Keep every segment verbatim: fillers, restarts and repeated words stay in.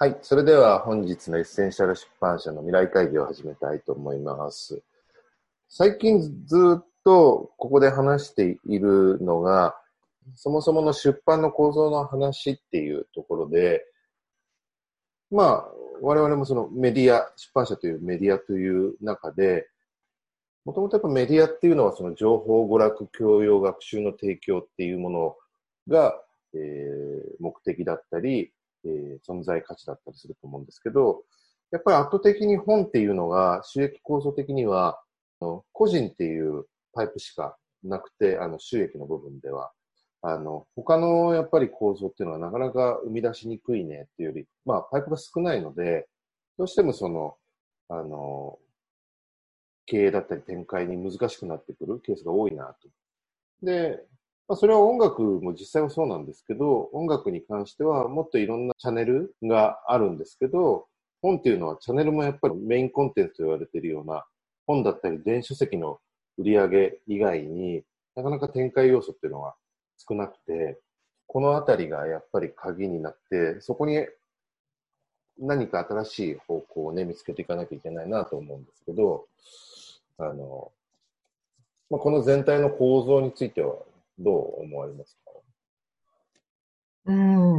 はい。それでは本日のエッセンシャル出版社の未来会議を始めたいと思います。最近ずっとここで話しているのが、そもそもの出版の構造の話っていうところで、まあ、我々もそのメディア、出版社というメディアという中で、もともとやっぱメディアっていうのはその情報、娯楽、教養、学習の提供っていうものが、えー、目的だったり、えー、存在価値だったりすると思うんですけど、やっぱり圧倒的に本っていうのが収益構造的には、あの個人っていうパイプしかなくて、あの収益の部分では、あの、他のやっぱり構造っていうのはなかなか生み出しにくいねっていうより、まあパイプが少ないので、どうしてもその、あの、経営だったり展開に難しくなってくるケースが多いなと。で、まあ、それは音楽も実際はそうなんですけど、音楽に関してはもっといろんなチャンネルがあるんですけど、本っていうのはチャンネルもやっぱりメインコンテンツと言われているような本だったり電子書籍の売り上げ以外になかなか展開要素っていうのが少なくて、このあたりがやっぱり鍵になって、そこに何か新しい方向をね、見つけていかなきゃいけないなと思うんですけど、あの、まあ、この全体の構造についてはどう思われますか？ うん。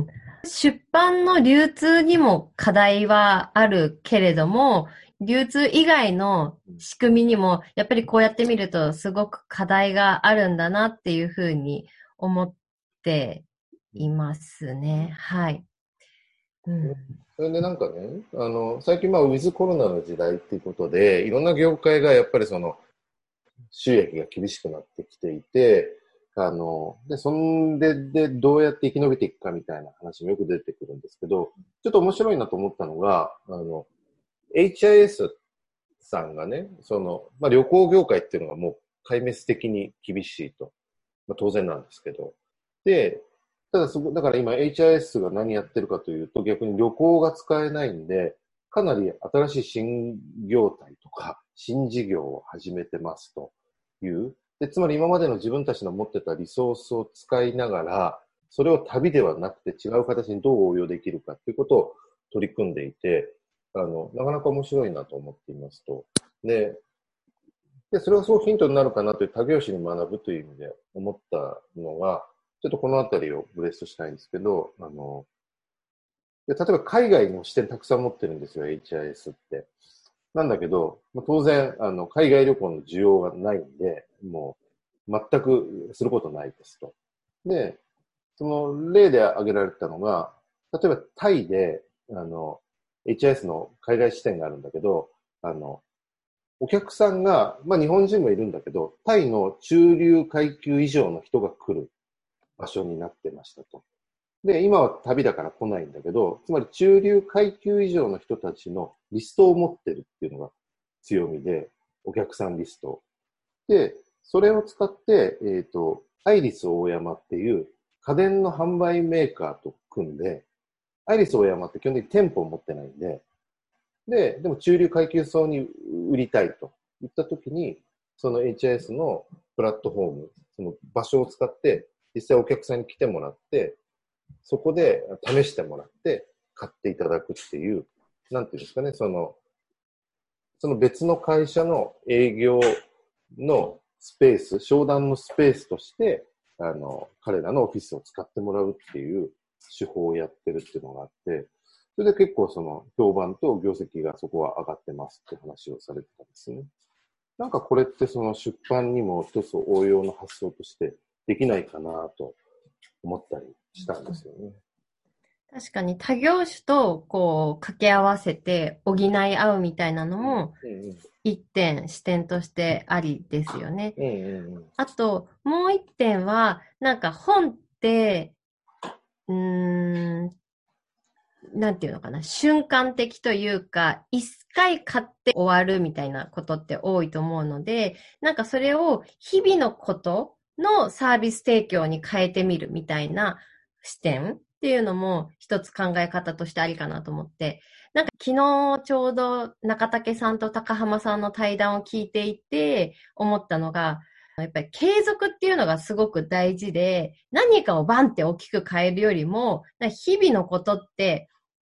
出版の流通にも課題はあるけれども、流通以外の仕組みにも、やっぱりこうやってみるとすごく課題があるんだなっていうふうに思っていますね。はい。うん。 それでなんかね、あの、最近まあ、ウィズコロナの時代っていうことで、いろんな業界がやっぱりその、収益が厳しくなってきていて、あの、で、そんで、で、どうやって生き延びていくかみたいな話もよく出てくるんですけど、ちょっと面白いなと思ったのが、あの、エイチアイエス さんがね、その、まあ、旅行業界っていうのがもう壊滅的に厳しいと。まあ、当然なんですけど。で、ただそこ、だから今 エイチアイエス が何やってるかというと、逆に旅行が使えないんで、かなり新しい新業態とか、新事業を始めてますという。で、つまり今までの自分たちの持ってたリソースを使いながら、それを旅ではなくて違う形にどう応用できるかということを取り組んでいて、あの、なかなか面白いなと思っていますと。で、で、それがすごくヒントになるかなという他業種に学ぶという意味で思ったのが、ちょっとこのあたりをブレストしたいんですけど、あの、で例えば海外の視点たくさん持ってるんですよ、エイチアイエス って。なんだけど、まあ、当然、あの、海外旅行の需要がないんで、もう、全くすることないですと。で、その例で挙げられたのが、例えばタイで、あの、エイチアイエス の海外支店があるんだけど、あの、お客さんが、まあ日本人もいるんだけど、タイの中流階級以上の人が来る場所になってましたと。で、今は旅だから来ないんだけど、つまり中流階級以上の人たちのリストを持ってるっていうのが強みで、お客さんリスト。で、それを使って、えっと、アイリスオーヤマっていう家電の販売メーカーと組んで、アイリスオーヤマって基本的に店舗を持ってないんで、で、でも中流階級層に売りたいといったときに、その エイチアイエス のプラットフォーム、その場所を使って、実際お客さんに来てもらって、そこで試してもらって、買っていただくっていう、なんていうんですかね、その、その別の会社の営業のスペース、商談のスペースとして、あの、彼らのオフィスを使ってもらうっていう手法をやってるっていうのがあって、それで結構その評判と業績がそこは上がってますって話をされてたんですね。なんかこれってその出版にも一つ応用の発想としてできないかなと思ったりしたんですよね。 確かに他業種とこう掛け合わせて補い合うみたいなのうんもうん一点視点としてありですよね。 うんうんうんあと、もう一点は、なんか本って、うーん、なんていうのかな、瞬間的というか、一回買って終わるみたいなことって多いと思うので、なんかそれを日々のことのサービス提供に変えてみるみたいな視点っていうのも一つ考え方としてありかなと思って、なんか昨日ちょうど中竹さんと高浜さんの対談を聞いていて思ったのが、やっぱり継続っていうのがすごく大事で、何かをバンって大きく変えるよりも、日々のことって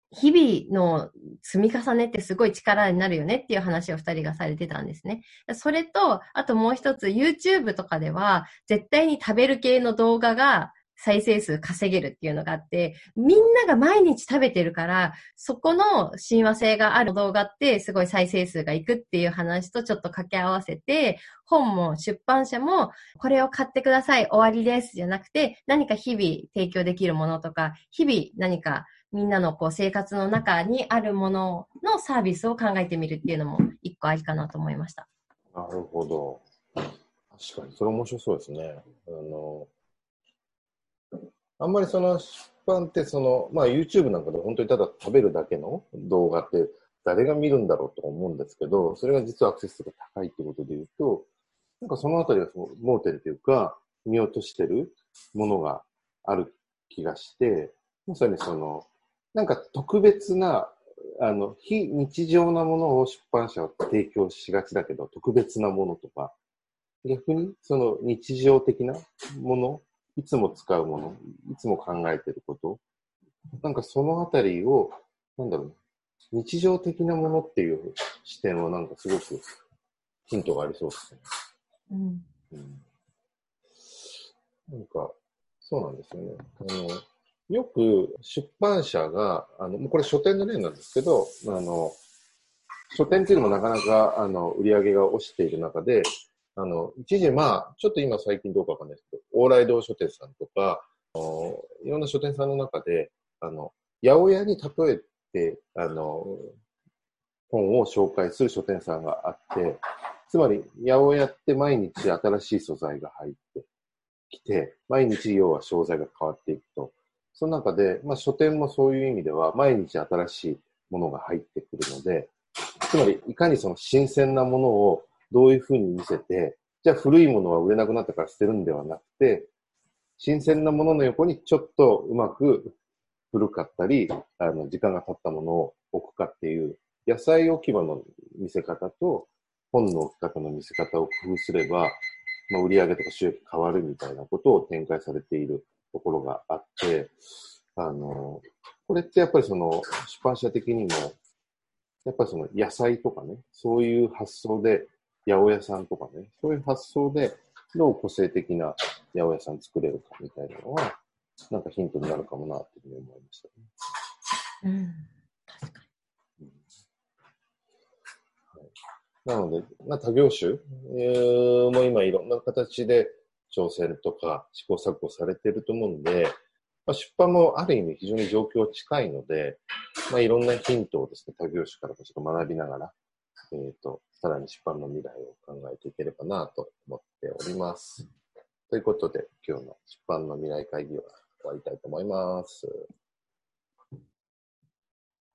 日々の積み重ねってすごい力になるよねっていう話を二人がされてたんですね。それと、あともう一つ YouTube とかでは絶対に食べる系の動画が再生数稼げるっていうのがあって、みんなが毎日食べてるから、そこの親和性がある動画ってすごい再生数がいくっていう話とちょっと掛け合わせて、本も出版社もこれを買ってください、終わりですじゃなくて、何か日々提供できるものとか、日々何かみんなのこう生活の中にあるもののサービスを考えてみるっていうのも一個ありかなと思いました。 なるほど。確かに、それ面白そうですね。あの、あんまりその出版ってその、まあ YouTube なんかで本当にただ食べるだけの動画って誰が見るんだろうと思うんですけど、それが実はアクセスが高いってことで言うと、なんかそのあたりはその盲点というか、見落としてるものがある気がして、まさにその、なんか特別な、あの、非日常なものを出版社は提供しがちだけど、特別なものとか、逆にその日常的なもの、いつも使うもの、いつも考えてること、なんかそのあたりを、なんだろう、日常的なものっていう視点はなんかすごくヒントがありそうですね。 うんうん、なんか、そうなんですよね。あの、よく出版社が、あの、もうこれ書店の例なんですけど、あの、書店っていうのもなかなか、あの、売り上げが落ちている中で、あの、一時まあ、ちょっと今最近どうかわかんないですけど、往来堂書店さんとか、あのいろんな書店さんの中で、あの、八百屋に例えて、あの、本を紹介する書店さんがあって、つまり、八百屋って毎日新しい素材が入ってきて、毎日要は商材が変わっていくと。その中で、まあ書店もそういう意味では、毎日新しいものが入ってくるので、つまり、いかにその新鮮なものをどういうふうに見せて、じゃあ古いものは売れなくなったから捨てるんではなくて、新鮮なものの横にちょっとうまく古かったり、あの、時間が経ったものを置くかっていう、野菜置き場の見せ方と本の置き方の見せ方を工夫すれば、まあ、売上とか収益変わるみたいなことを展開されているところがあって、あの、これってやっぱりその出版社的にも、やっぱりその野菜とかね、そういう発想で、八百屋さんとかね、そういう発想で、どう個性的な八百屋さん作れるかみたいなのは、なんかヒントになるかもな、っていうふうに思いましたね。 うん、確かうん、はい、なので、まあ、他業種、えー、もう今いろんな形で挑戦とか試行錯誤されていると思うんで、まあ、出版もある意味非常に状況近いので、まあ、いろんなヒントをですね、他業種からもちょっと学びながら、えっ、ー、と、さらに出版の未来を考えていければなと思っております。ということで、今日の出版の未来会議は終わりたいと思います。